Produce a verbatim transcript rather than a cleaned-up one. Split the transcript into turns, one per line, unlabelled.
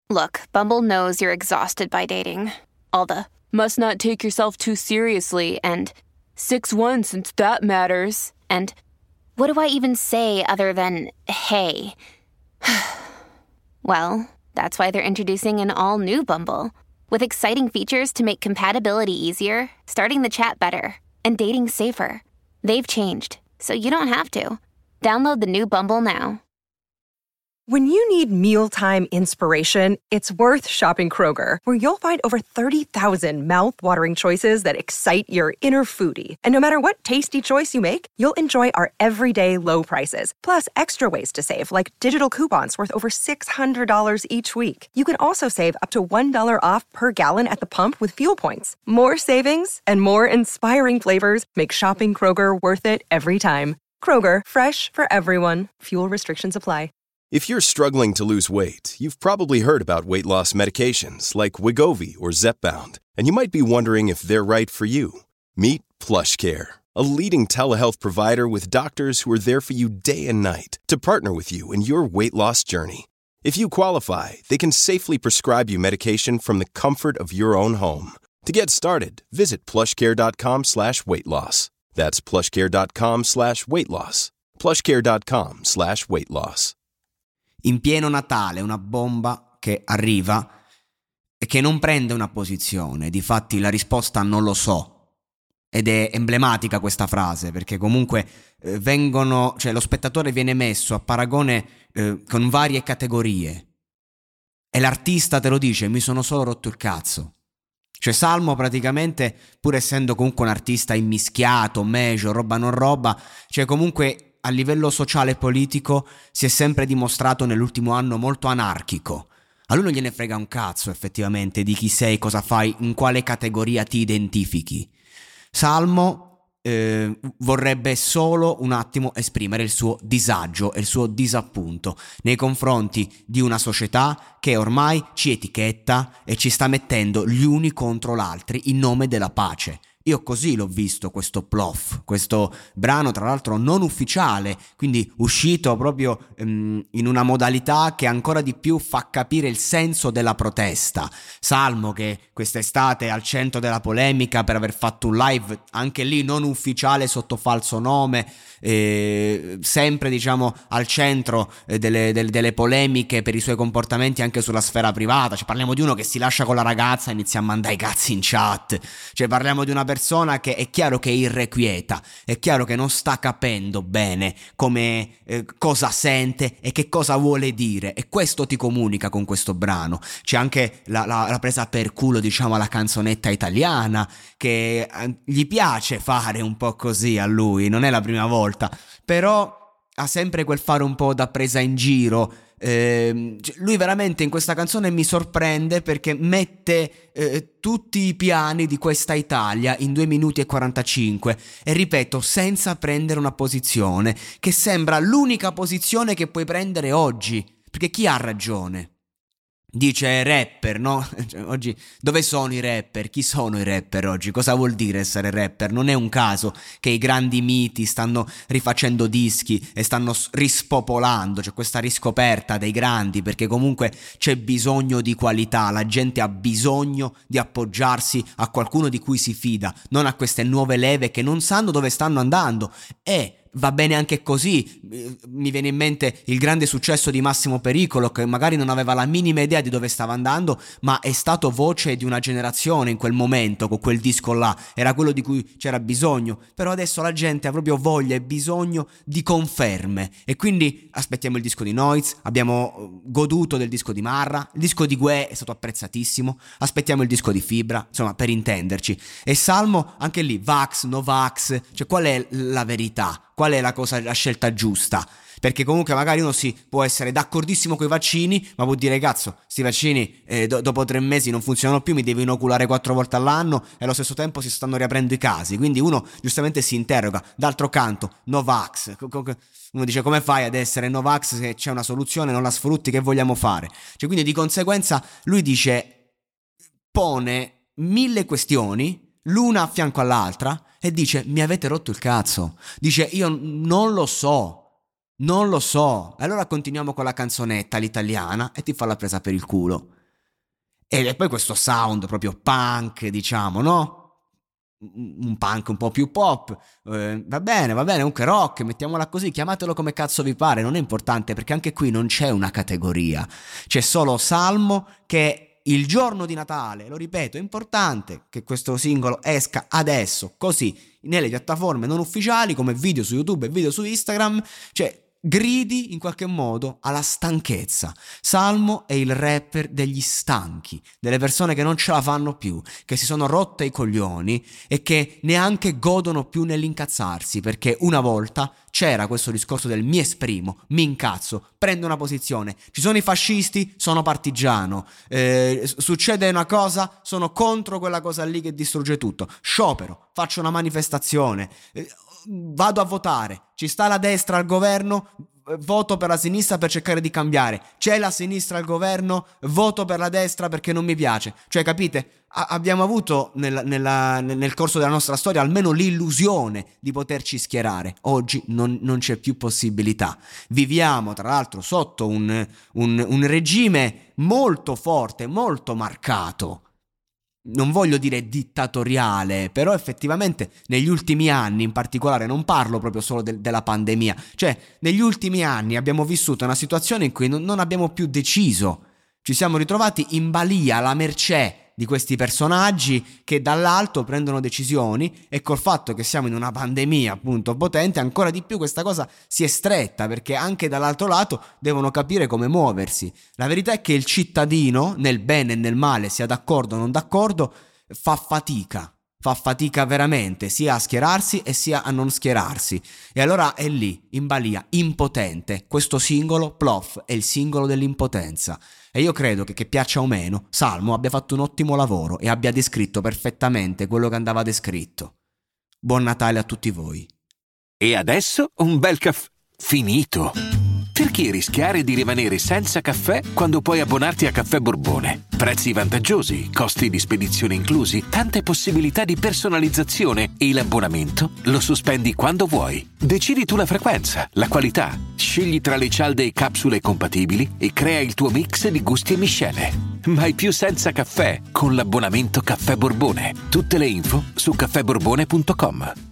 Look, Bumble knows you're exhausted by dating. All the must not take yourself too seriously and six one since that matters. And what do I even say other than hey? Well, that's why they're introducing an all-new Bumble with exciting features to make compatibility easier, starting the chat better, and dating safer. They've changed, so you don't have to. Download the new Bumble now.
When you need mealtime inspiration, it's worth shopping Kroger, where you'll find over thirty thousand mouth-watering choices that excite your inner foodie. And no matter what tasty choice you make, you'll enjoy our everyday low prices, plus extra ways to save, like digital coupons worth over six hundred dollars each week. You can also save up to one dollar off per gallon at the pump with fuel points. More savings and more inspiring flavors make shopping Kroger worth it every time. Kroger, fresh for everyone. Fuel restrictions apply.
If you're struggling to lose weight, you've probably heard about weight loss medications like Wegovy or Zepbound, and you might be wondering if they're right for you. Meet PlushCare, a leading telehealth provider with doctors who are there for you day and night to partner with you in your weight loss journey. If you qualify, they can safely prescribe you medication from the comfort of your own home. To get started, visit plushcare.com slash weight loss. That's plushcare.com slash weight loss. plushcare.com slash weight loss.
In pieno Natale, una bomba che arriva e che non prende una posizione. Difatti la risposta non lo so. Ed è emblematica questa frase, perché comunque eh, vengono, cioè lo spettatore viene messo a paragone eh, con varie categorie. E l'artista te lo dice, mi sono solo rotto il cazzo. Cioè Salmo praticamente, pur essendo comunque un artista immischiato, major, roba non roba, cioè comunque a livello sociale e politico si è sempre dimostrato nell'ultimo anno molto anarchico. A lui non gliene frega un cazzo effettivamente di chi sei, cosa fai, in quale categoria ti identifichi. Salmo eh, vorrebbe solo un attimo esprimere il suo disagio e il suo disappunto nei confronti di una società che ormai ci etichetta e ci sta mettendo gli uni contro l'altri in nome della pace. Io così l'ho visto questo Plof, questo brano tra l'altro non ufficiale, quindi uscito proprio um, in una modalità che ancora di più fa capire il senso della protesta. Salmo che quest'estate è al centro della polemica per aver fatto un live anche lì non ufficiale sotto falso nome, eh, sempre diciamo al centro eh, delle, delle, delle polemiche per i suoi comportamenti anche sulla sfera privata. Cioè parliamo di uno che si lascia con la ragazza e inizia a mandare i cazzi in chat, cioè parliamo di una persona persona che è chiaro che è irrequieta, è chiaro che non sta capendo bene come eh, cosa sente e che cosa vuole dire, e questo ti comunica con questo brano. C'è anche la, la, la presa per culo diciamo alla canzonetta italiana, che eh, gli piace fare un po' così a lui, non è la prima volta, però ha sempre quel fare un po' da presa in giro. Eh, lui veramente in questa canzone mi sorprende perché mette eh, tutti i piani di questa Italia in due minuti e quarantacinque, e ripeto senza prendere una posizione che sembra l'unica posizione che puoi prendere oggi, perché chi ha ragione? Dice rapper, no? Cioè, oggi dove sono i rapper? Chi sono i rapper oggi? Cosa vuol dire essere rapper? Non è un caso che i grandi miti stanno rifacendo dischi e stanno rispopolando, c'è questa riscoperta dei grandi, perché comunque c'è bisogno di qualità, la gente ha bisogno di appoggiarsi a qualcuno di cui si fida, non a queste nuove leve che non sanno dove stanno andando. E va bene anche così. Mi viene in mente il grande successo di Massimo Pericolo, che magari non aveva la minima idea di dove stava andando, ma è stato voce di una generazione in quel momento, con quel disco là, era quello di cui c'era bisogno. Però adesso la gente ha proprio voglia e bisogno di conferme, e quindi aspettiamo il disco di Noiz, abbiamo goduto del disco di Marra, il disco di Guè è stato apprezzatissimo, aspettiamo il disco di Fibra, insomma, per intenderci. E Salmo anche lì, vax, no vax, cioè qual è la verità? Qual è la cosa, la scelta giusta? Perché comunque magari uno si può essere d'accordissimo con i vaccini, ma può dire cazzo, sti vaccini eh, do- dopo tre mesi non funzionano più, mi devo inoculare quattro volte all'anno, e allo stesso tempo si stanno riaprendo i casi. Quindi uno giustamente si interroga. D'altro canto, Novax, uno dice come fai ad essere Novax se c'è una soluzione, non la sfrutti, che vogliamo fare? Cioè, quindi di conseguenza lui dice, pone mille questioni, l'una a fianco all'altra, e dice mi avete rotto il cazzo. Dice io non lo so, non lo so. Allora continuiamo con la canzonetta, l'italiana, e ti fa la presa per il culo. E poi questo sound proprio punk, diciamo, no? Un punk un po' più pop, eh, va bene, va bene, comunque rock, mettiamola così, chiamatelo come cazzo vi pare, non è importante, perché anche qui non c'è una categoria, c'è solo Salmo che il giorno di Natale, lo ripeto, è importante che questo singolo esca adesso, così, nelle piattaforme non ufficiali come video su YouTube e video su Instagram, cioè gridi in qualche modo alla stanchezza. Salmo è il rapper degli stanchi, delle persone che non ce la fanno più, che si sono rotte i coglioni e che neanche godono più nell'incazzarsi, perché una volta c'era questo discorso del mi esprimo, mi incazzo, prendo una posizione, ci sono i fascisti, sono partigiano, eh, succede una cosa, sono contro quella cosa lì che distrugge tutto, sciopero, faccio una manifestazione, eh, vado a votare, ci sta la destra al governo, voto per la sinistra per cercare di cambiare, c'è la sinistra al governo, voto per la destra perché non mi piace, cioè capite? A- abbiamo avuto nel, nella, nel corso della nostra storia almeno l'illusione di poterci schierare, oggi non, non c'è più possibilità, viviamo tra l'altro sotto un, un, un regime molto forte, molto marcato. Non voglio dire dittatoriale, però effettivamente negli ultimi anni, in particolare, non parlo proprio solo de- della pandemia, cioè negli ultimi anni abbiamo vissuto una situazione in cui non, non abbiamo più deciso, ci siamo ritrovati in balia, alla mercé di questi personaggi che dall'alto prendono decisioni, e col fatto che siamo in una pandemia appunto potente, ancora di più questa cosa si è stretta, perché anche dall'altro lato devono capire come muoversi. La verità è che il cittadino, nel bene e nel male, sia d'accordo o non d'accordo, fa fatica. Fa fatica veramente sia a schierarsi e sia a non schierarsi, e allora è lì, in balia, impotente. Questo singolo, Plof, è il singolo dell'impotenza, e io credo che, che piaccia o meno, Salmo abbia fatto un ottimo lavoro e abbia descritto perfettamente quello che andava descritto. Buon Natale a tutti voi.
E adesso un bel caffè finito. Perché rischiare di rimanere senza caffè quando puoi abbonarti a Caffè Borbone? Prezzi vantaggiosi, costi di spedizione inclusi, tante possibilità di personalizzazione, e l'abbonamento lo sospendi quando vuoi. Decidi tu la frequenza, la qualità, scegli tra le cialde e capsule compatibili e crea il tuo mix di gusti e miscele. Mai più senza caffè con l'abbonamento Caffè Borbone. Tutte le info su caffè borbone punto com.